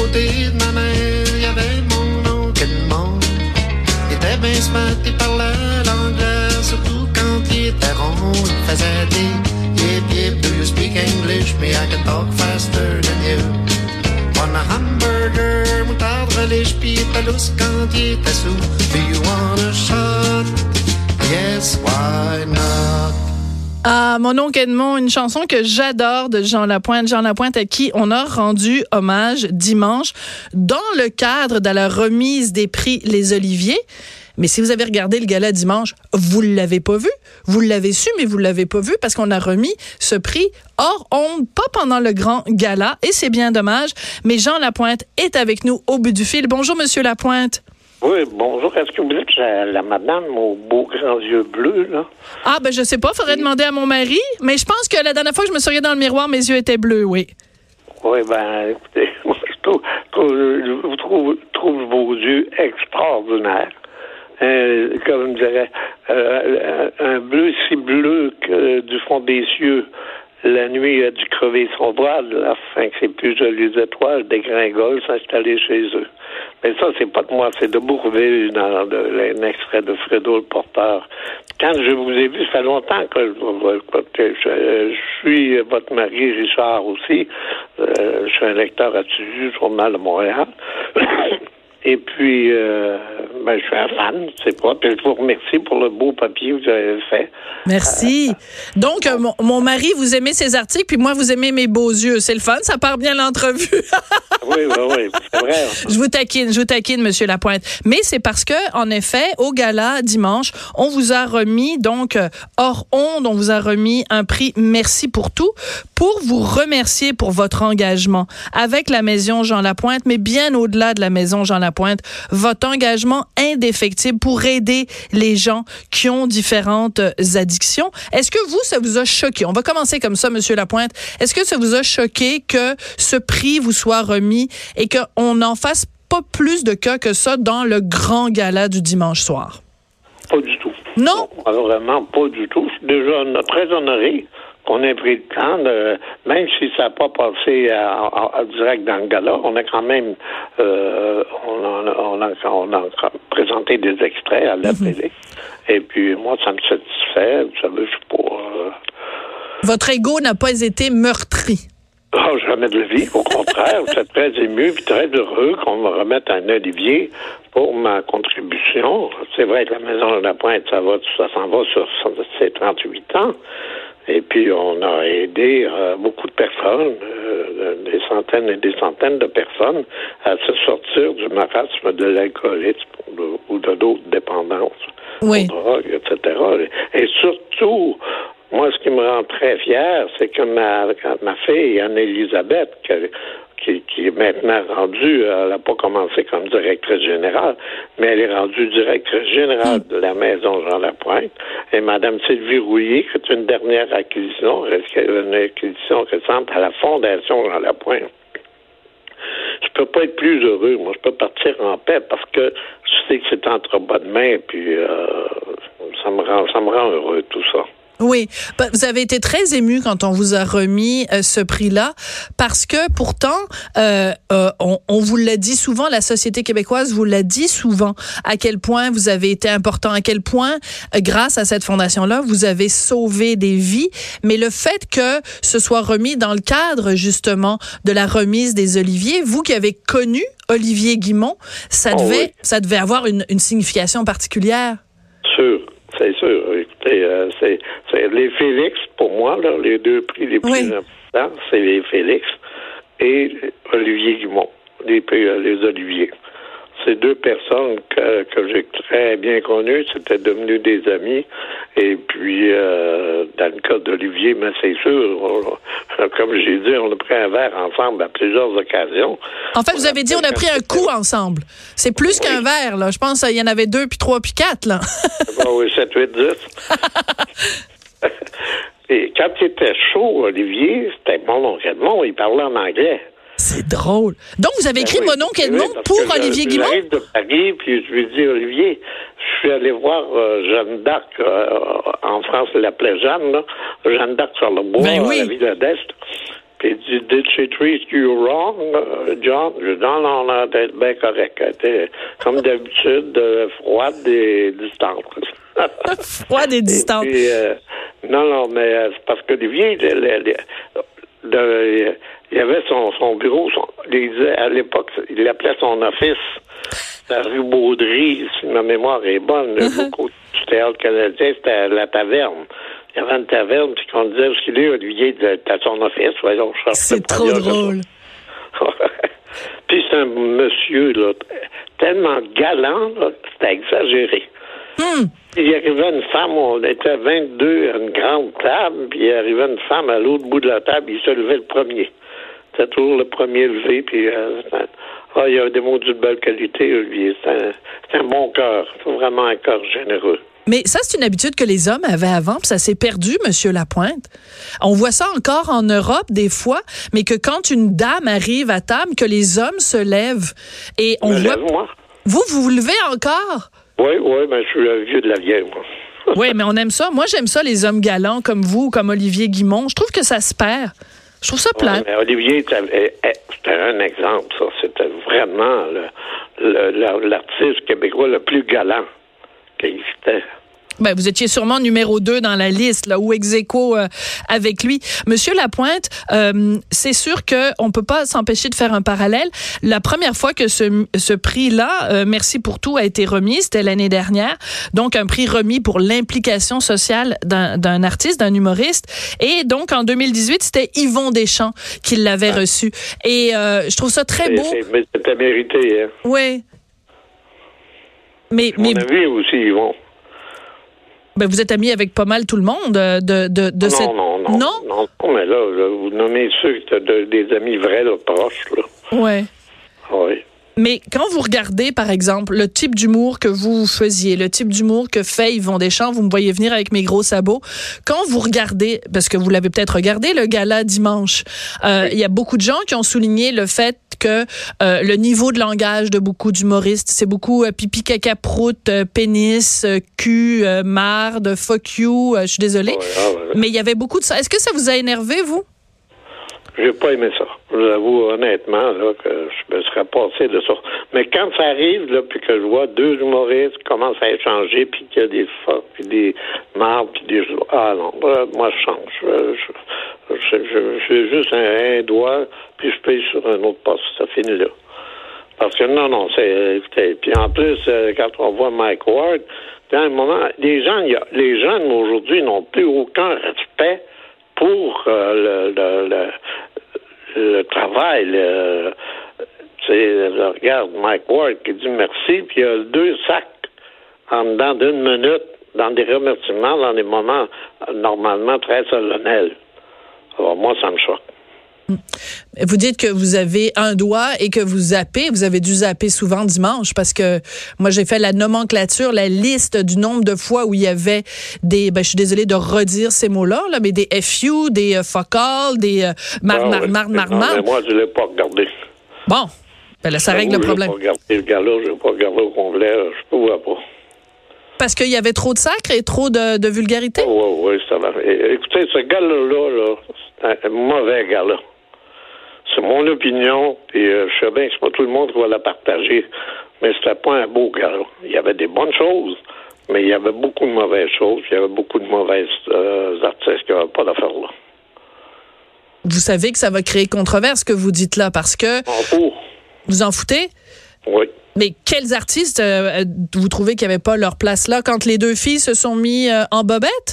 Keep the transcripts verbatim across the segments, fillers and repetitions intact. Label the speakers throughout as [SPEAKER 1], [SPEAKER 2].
[SPEAKER 1] côté de ma mère, il y avait mon oncle Edmond. Il était bien smart, il parlait l'anglais, surtout quand il était rond. Il faisait des yip yip, do you speak English? Me, I can talk faster than you. On a hamburger, moutarde, relish, pis il était lousse quand il était sous. Do you want a shot? Yes, why not?
[SPEAKER 2] Ah, mon oncle Edmond, une chanson que j'adore de Jean Lapointe. Jean Lapointe à qui on a rendu hommage dimanche dans le cadre de la remise des prix Les Oliviers. Mais si vous avez regardé le gala dimanche, vous ne l'avez pas vu. Vous l'avez su, mais vous ne l'avez pas vu parce qu'on a remis ce prix hors onde, pas pendant le grand gala. Et c'est bien dommage. Mais Jean Lapointe est avec nous au bout du fil. Bonjour, Monsieur Lapointe.
[SPEAKER 3] Oui, bonjour. Est-ce que vous êtes la, la madame aux beaux grands yeux bleus, là?
[SPEAKER 2] Ah, ben je sais pas. Faudrait oui. demander à mon mari. Mais je pense que la dernière fois que je me suis regardée dans le miroir, mes yeux étaient bleus, oui.
[SPEAKER 3] Oui, ben, écoutez, moi, je trouve, je trouve, trouve vos yeux extraordinaires. Euh, comme je dirais, euh, un bleu si bleu que du fond des cieux, la nuit a dû crever son voile afin que ces plus jolies étoiles dégringolent s'installer chez eux. Mais ça, c'est pas de moi, c'est de Bourvil dans le, un extrait de Fredo le Porteur. Quand je vous ai vu, ça fait longtemps que je, je, je suis votre mari, Richard aussi. Euh, je suis un lecteur assidu du Journal de Montréal. Et puis, euh, ben, je suis un fan, c'est pas. Puis je vous remercie pour le beau papier que vous avez fait.
[SPEAKER 2] Merci. Euh, Donc, euh, mon, mon mari, vous aimez ses articles, puis moi, vous aimez mes beaux yeux. C'est le fun, ça part bien l'entrevue.
[SPEAKER 3] Oui, oui, oui, c'est vrai.
[SPEAKER 2] Je vous taquine, je vous taquine, Monsieur Lapointe. Mais c'est parce que, en effet, au gala, dimanche, on vous a remis, donc, hors onde, on vous a remis un prix Merci pour tout, pour vous remercier pour votre engagement avec la Maison Jean Lapointe, mais bien au-delà de la Maison Jean Lapointe. Pointe, votre engagement indéfectible pour aider les gens qui ont différentes addictions. Est-ce que vous, ça vous a choqué? On va commencer comme ça, Monsieur Lapointe. Est-ce que ça vous a choqué que ce prix vous soit remis et qu'on n'en fasse pas plus de cas que ça dans le grand gala du dimanche soir?
[SPEAKER 3] Pas du tout.
[SPEAKER 2] Non?
[SPEAKER 3] non vraiment pas du tout. Je suis déjà très honoré qu'on ait pris le temps, de, même si ça n'a pas passé à, à, à direct dans le gala, on a quand même euh, on, a, on, a, on a présenté des extraits à la mm-hmm. télé. Et puis moi, ça me satisfait. Vous savez, je suis pas... Euh...
[SPEAKER 2] Votre ego n'a pas été meurtri.
[SPEAKER 3] Oh, jamais de la vie. Au contraire, je suis très ému et très heureux qu'on me remette un Olivier pour ma contribution. C'est vrai que la Maison de la Pointe, ça va, ça s'en va sur ses trente-huit ans. Et puis, on a aidé euh, beaucoup de personnes, euh, des centaines et des centaines de personnes, à se sortir du marasme de l'alcoolisme ou de, ou de d'autres dépendances,
[SPEAKER 2] oui.
[SPEAKER 3] drogue, et cetera. Et surtout, moi, ce qui me rend très fier, c'est que ma, ma fille, Anne-Élisabeth, qui, qui, qui est maintenant rendue, elle n'a pas commencé comme directrice générale, mais elle est rendue directrice générale de la Maison Jean Lapointe. Et Mme Sylvie Rouillet, qui est une dernière acquisition, une acquisition récente à la Fondation Jean Lapointe. Je peux pas être plus heureux. Moi, je peux partir en paix parce que je sais que c'est entre bonnes mains, puis euh, ça me rend, ça me rend heureux, tout ça.
[SPEAKER 2] Oui, vous avez été très ému quand on vous a remis euh, ce prix-là, parce que pourtant, euh, euh, on, on vous l'a dit souvent, la société québécoise vous l'a dit souvent, à quel point vous avez été important, à quel point, euh, grâce à cette fondation-là, vous avez sauvé des vies. Mais le fait que ce soit remis dans le cadre, justement, de la remise des Oliviers, vous qui avez connu Olivier Guimont, ça devait, oh oui. ça devait avoir une, une signification particulière.
[SPEAKER 3] Sûr. C'est sûr. Écoutez, euh, c'est, c'est les Félix, pour moi, là, les deux prix les plus oui. importants, c'est les Félix et Olivier Guimont, les, les Oliviers. C'est deux personnes que, que j'ai très bien connues, c'était devenu des amis. Et puis, euh, dans le cas d'Olivier, mais c'est sûr, on, comme j'ai dit, on a pris un verre ensemble à plusieurs occasions.
[SPEAKER 2] En fait, vous avez dit on a pris un coup ensemble. C'est plus oui. qu'un verre, là. Je pense qu'il y en avait deux, puis trois, puis quatre, là.
[SPEAKER 3] Bon, oui, sept, huit, dix. Et quand il était chaud, Olivier, c'était mon oncle Edmond, il parlait en anglais.
[SPEAKER 2] C'est drôle. Donc, vous avez écrit ben oui, Mon oncle Edmond oui, pour Olivier Guimont?
[SPEAKER 3] J'arrive de Paris, puis je lui dis, Olivier, je suis allé voir euh, Jeanne d'Arc, euh, en France, elle l'appelait Jeanne, là, Jeanne d'Arc sur le bois,
[SPEAKER 2] ben oui.
[SPEAKER 3] à la ville d'Est. Puis il dit, did she treat you wrong, uh, John? Je dis, non, non, non, elle était bien correcte. Elle était, comme d'habitude, euh, froide et distante.
[SPEAKER 2] Froide et distante.
[SPEAKER 3] Et puis, euh, non, non, mais euh, c'est parce que Olivier, le, le, le, le, il y avait son, son bureau, son, il disait, à l'époque, il l'appelait son office, la rue Baudry, si ma mémoire est bonne, le uh-huh. du théâtre canadien, c'était la taverne. Il y avait une taverne, puis qu'on disait, ce qu'il est, Olivier, t'as son office, voyons, je cherche.
[SPEAKER 2] C'est trop drôle.
[SPEAKER 3] Puis c'est un monsieur, là, tellement galant, là, c'était exagéré.
[SPEAKER 2] Hmm.
[SPEAKER 3] Il arrivait une femme, on était vingt-deux à une grande table, puis il arrivait une femme à l'autre bout de la table, il se levait le premier. C'était toujours le premier levé, puis euh, ah, il y a des mots de belle qualité, Olivier. C'est un, c'est un bon cœur, c'est vraiment un cœur généreux.
[SPEAKER 2] Mais ça, c'est une habitude que les hommes avaient avant, puis ça s'est perdu, Monsieur Lapointe. On voit ça encore en Europe des fois, mais que quand une dame arrive à table, que les hommes se lèvent et on
[SPEAKER 3] Me
[SPEAKER 2] voit.
[SPEAKER 3] lève, moi.
[SPEAKER 2] Vous, vous vous levez encore?
[SPEAKER 3] Oui, oui, mais je suis le vieux de la vieille, moi.
[SPEAKER 2] Oui, mais on aime ça. Moi, j'aime ça, les hommes galants comme vous, comme Olivier Guimond. Je trouve que ça se perd. Je trouve ça plate.
[SPEAKER 3] Ouais, mais Olivier, c'était un exemple, ça. C'était vraiment le, le, l'artiste québécois le plus galant qui existait.
[SPEAKER 2] Ben, vous étiez sûrement numéro deux dans la liste, là, ou ex aequo euh, avec lui. Monsieur Lapointe, euh, c'est sûr qu'on peut pas s'empêcher de faire un parallèle. La première fois que ce, ce prix-là, euh, Merci pour tout, a été remis, c'était l'année dernière. Donc, un prix remis pour l'implication sociale d'un, d'un artiste, d'un humoriste. Et donc, en deux mille dix-huit, c'était Yvon Deschamps qui l'avait ah. reçu. Et euh, je trouve ça très
[SPEAKER 3] c'est,
[SPEAKER 2] beau.
[SPEAKER 3] C'est, mais c'était mérité, hein?
[SPEAKER 2] Oui. Mais,
[SPEAKER 3] Mon
[SPEAKER 2] mais...
[SPEAKER 3] avis aussi, Yvon.
[SPEAKER 2] Ben, vous êtes ami avec pas mal tout le monde de, de, de, de
[SPEAKER 3] non,
[SPEAKER 2] cette...
[SPEAKER 3] Non, non, non. Non, non, mais là, là vous nommez ceux qui étaient des amis vrais, là, proches, là.
[SPEAKER 2] Oui.
[SPEAKER 3] Oui.
[SPEAKER 2] Mais quand vous regardez, par exemple, le type d'humour que vous faisiez, le type d'humour que fait Yvon Deschamps, vous me voyez venir avec mes gros sabots, quand vous regardez, parce que vous l'avez peut-être regardé, le gala dimanche, euh, il oui. y a beaucoup de gens qui ont souligné le fait que euh, le niveau de langage de beaucoup d'humoristes, c'est beaucoup euh, pipi, caca, prout, euh, pénis, euh, cul, euh, marde, fuck you, euh, je suis désolée. Ouais, ah ouais. Mais il y avait beaucoup de ça. Est-ce que ça vous a énervé, vous?
[SPEAKER 3] J'ai pas aimé ça. Je vous avoue honnêtement là, que je me serais passé de ça. Mais quand ça arrive, là, puis que je vois deux humoristes qui commencent à échanger, puis qu'il y a des fuck, puis des mardes, puis des... Ah non, moi je change. Je, je, je, je, je fais juste un, un doigt, puis je paye sur un autre poste. Ça finit là. Parce que non, non, c'est... Écoutez, puis en plus, quand on voit Mike Ward, dans un moment, les gens, y a, les jeunes aujourd'hui n'ont plus aucun respect pour euh, le, le, le, le travail. Le, je regarde Mike Ward qui dit merci, puis il y a deux sacs en dedans d'une minute dans des remerciements, dans des moments normalement très solennels. Alors moi, ça me choque.
[SPEAKER 2] Vous dites que vous avez un doigt et que vous zappez. Vous avez dû zapper souvent dimanche parce que moi, j'ai fait la nomenclature, la liste du nombre de fois où il y avait des, ben, je suis désolée de redire ces mots-là, là, mais des F U, des uh, fuck all, des uh, mar, mar, mar, mar, mar.
[SPEAKER 3] Mais moi, je ne l'ai pas regardé.
[SPEAKER 2] Bon, ben là, ça règle le problème.
[SPEAKER 3] Je n'ai pas regardé le gars-là, je n'ai pas regardé au complet, je ne vois pas.
[SPEAKER 2] Parce qu'il y avait trop de sacre et trop de, de vulgarité?
[SPEAKER 3] Oui, oui, ça va. Écoutez, ce gars-là, là, c'est un mauvais gars-là. C'est mon opinion, puis euh, je sais bien que c'est pas tout le monde qui va la partager, mais c'était pas un beau gars. Il y avait des bonnes choses, mais il y avait beaucoup de mauvaises choses, il y avait beaucoup de mauvaises euh, artistes qui n'avaient pas d'affaires là. Vous
[SPEAKER 2] savez que ça va créer controverse, ce que vous dites là, parce que...
[SPEAKER 3] En fou.
[SPEAKER 2] Vous en foutez?
[SPEAKER 3] Oui.
[SPEAKER 2] Mais quels artistes euh, vous trouvez qu'il n'y avait pas leur place là quand les deux filles se sont mis euh, en bobette?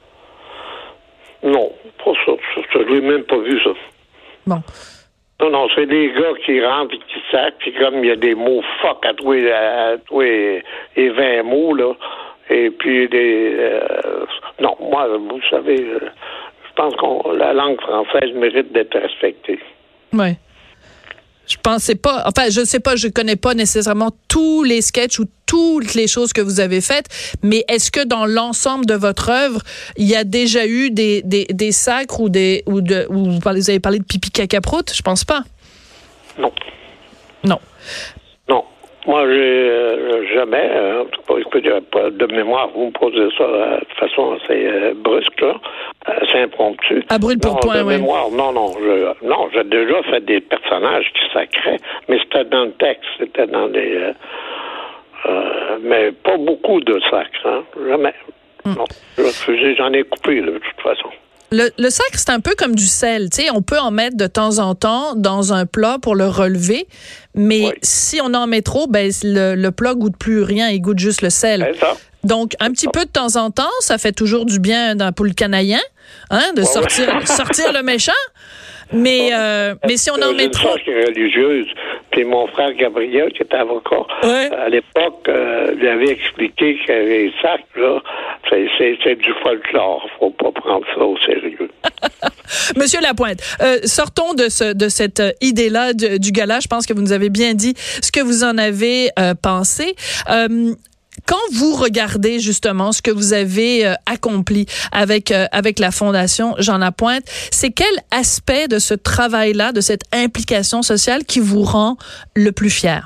[SPEAKER 3] Non, pas ça. Je n'ai même pas vu ça.
[SPEAKER 2] Bon.
[SPEAKER 3] Non, non, c'est des gars qui rentrent et qui sacent, puis comme il y a des mots fuck à tous les, à tous les, les vingt mots, là, et puis des... Euh, non, moi, vous savez, euh, je pense que la langue française mérite d'être respectée.
[SPEAKER 2] Oui. Je pensais pas, enfin, je sais pas, je connais pas nécessairement tous les sketchs ou toutes les choses que vous avez faites, mais est-ce que dans l'ensemble de votre œuvre, il y a déjà eu des, des, des sacres ou des, ou de, ou vous, parlez, vous avez parlé de pipi caca prout? Je pense pas.
[SPEAKER 3] Non.
[SPEAKER 2] Non.
[SPEAKER 3] Non. Moi, j'ai euh, jamais, euh, en tout cas, pas de mémoire, vous me posez ça euh, de façon assez euh, brusque, là. Euh, c'est impromptu.
[SPEAKER 2] À brûle pour point, oui.
[SPEAKER 3] mémoire, non, non. Je, non, j'ai déjà fait des personnages qui sacraient, mais c'était dans le texte, c'était dans les... Euh, euh, mais pas beaucoup de sacres, hein. Jamais. Mm. Non. Je, j'en ai coupé, là, de toute façon.
[SPEAKER 2] Le, le sacre, c'est un peu comme du sel. Tu sais, on peut en mettre de temps en temps dans un plat pour le relever, mais oui. si on en met trop, ben le, le plat goûte plus rien, il goûte juste le sel.
[SPEAKER 3] C'est ça.
[SPEAKER 2] Donc, un petit peu de temps en temps, ça fait toujours du bien dans, pour le canaïen, hein, de ouais, sortir, ouais. sortir le méchant. Mais, euh, mais si on en met trop...
[SPEAKER 3] Une sœur religieuse, puis mon frère Gabriel, qui était avocat, ouais. à l'époque, euh, lui avait expliqué que les sacs, là, c'est, c'est, c'est du folklore. Faut pas prendre ça au sérieux.
[SPEAKER 2] Monsieur Lapointe, euh, sortons de, ce, de cette idée-là du, du gala. Je pense que vous nous avez bien dit ce que vous en avez euh, pensé. Euh, Quand vous regardez justement ce que vous avez euh, accompli avec euh, avec la Fondation Jean Lapointe, c'est quel aspect de ce travail-là, de cette implication sociale qui vous rend le plus fier?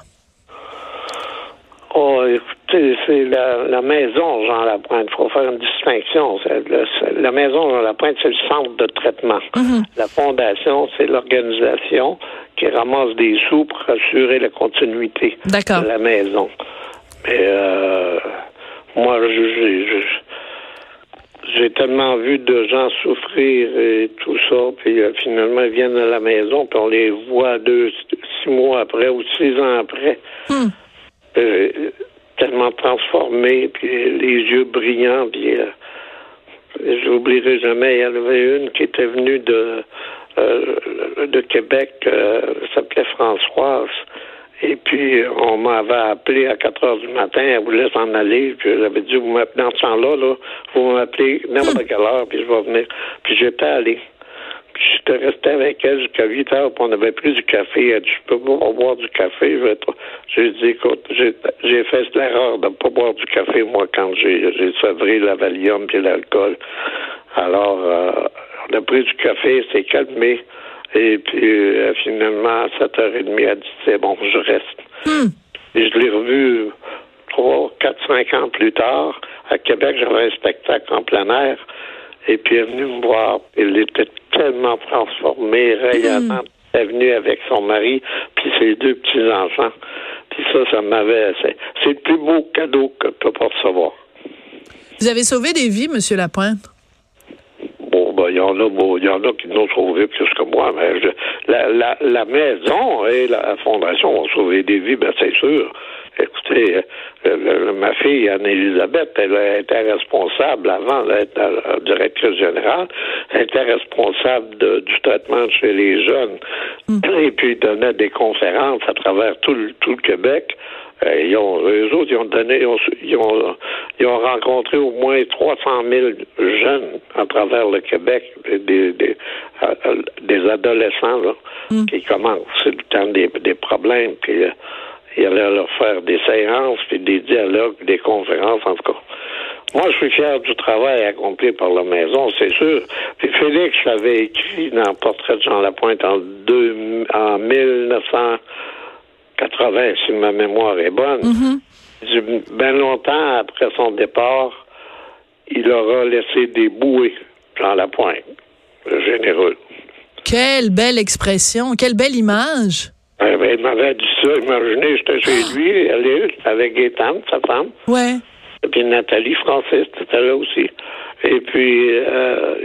[SPEAKER 3] Oh, écoutez, c'est la, la maison Jean Lapointe. Il faut faire une distinction. C'est le, c'est, la maison Jean Lapointe, c'est le centre de traitement. Mm-hmm. La Fondation, c'est l'organisation qui ramasse des sous pour assurer la continuité
[SPEAKER 2] D'accord.
[SPEAKER 3] de la maison. Mais euh, moi, j'ai, j'ai, j'ai tellement vu de gens souffrir et tout ça, puis euh, finalement, ils viennent à la maison, puis on les voit deux, six mois après ou six ans après, hmm. euh, tellement transformés, puis les yeux brillants, puis euh, j'oublierai jamais, il y en avait une qui était venue de, euh, de Québec, euh, elle s'appelait Françoise. Et puis, on m'avait appelé à quatre heures du matin, elle voulait s'en aller, puis j'avais dit, vous m'appelez dans ce temps-là, là, vous m'appelez n'importe quelle heure, puis je vais venir. Puis j'étais allé. Puis j'étais resté avec elle jusqu'à huit heures, puis on avait pris du café. Elle a dit, je peux pas boire du café. J'ai dit, écoute, j'ai, j'ai fait l'erreur de ne pas boire du café, moi, quand j'ai, j'ai sevré la Valium puis l'alcool. Alors, euh, on a pris du café, c'est calmé. Et puis, euh, finalement, à sept heures trente, elle a dit, c'est bon, je reste. Mm. Et je l'ai revu trois, quatre, cinq ans plus tard. À Québec, j'avais un spectacle en plein air. Et puis, elle est venue me voir. Elle était tellement transformée, rayonnante. Mm. Elle est venue avec son mari, puis ses deux petits-enfants. Puis ça, ça m'avait... C'est, c'est le plus beau cadeau que tu peux recevoir.
[SPEAKER 2] Vous avez sauvé des vies, M. Lapointe?
[SPEAKER 3] Bon, ben, il y en a, bon, il y en a qui n'ont sauvé plus que moi, mais je, la, la, la maison et la fondation ont sauvé des vies, ben, c'est sûr. Écoutez, euh, le, ma fille, Anne-Élisabeth, elle était responsable, avant d'être la directrice générale, elle était responsable de, du traitement chez les jeunes. Mm. Et puis, donnait des conférences à travers tout le, tout le Québec. Euh, ils ont, eux autres, ils ont donné, ils ont, ils ont, ils ont rencontré au moins trois cent mille jeunes à travers le Québec, des, des, euh, des adolescents là, mm. qui commencent. C'est le temps des, des problèmes, puis euh, ils allaient leur faire des séances, puis des dialogues, des conférences, en tout cas. Moi, je suis fier du travail accompli par la maison, c'est sûr. Puis Félix avait écrit dans le Portrait de Jean Lapointe en, deux, en mille neuf cent quatre-vingts, si ma mémoire est bonne. Mm-hmm. Bien longtemps après son départ, il aura laissé des bouées, Jean Lapointe, le généreux.
[SPEAKER 2] Quelle belle expression, quelle belle image.
[SPEAKER 3] Eh bien, il m'avait dit ça. Imaginez, j'étais chez lui, à l'île, avec Gaétane, sa femme.
[SPEAKER 2] Ouais.
[SPEAKER 3] Et puis Nathalie Francis, était là aussi. Et puis, euh,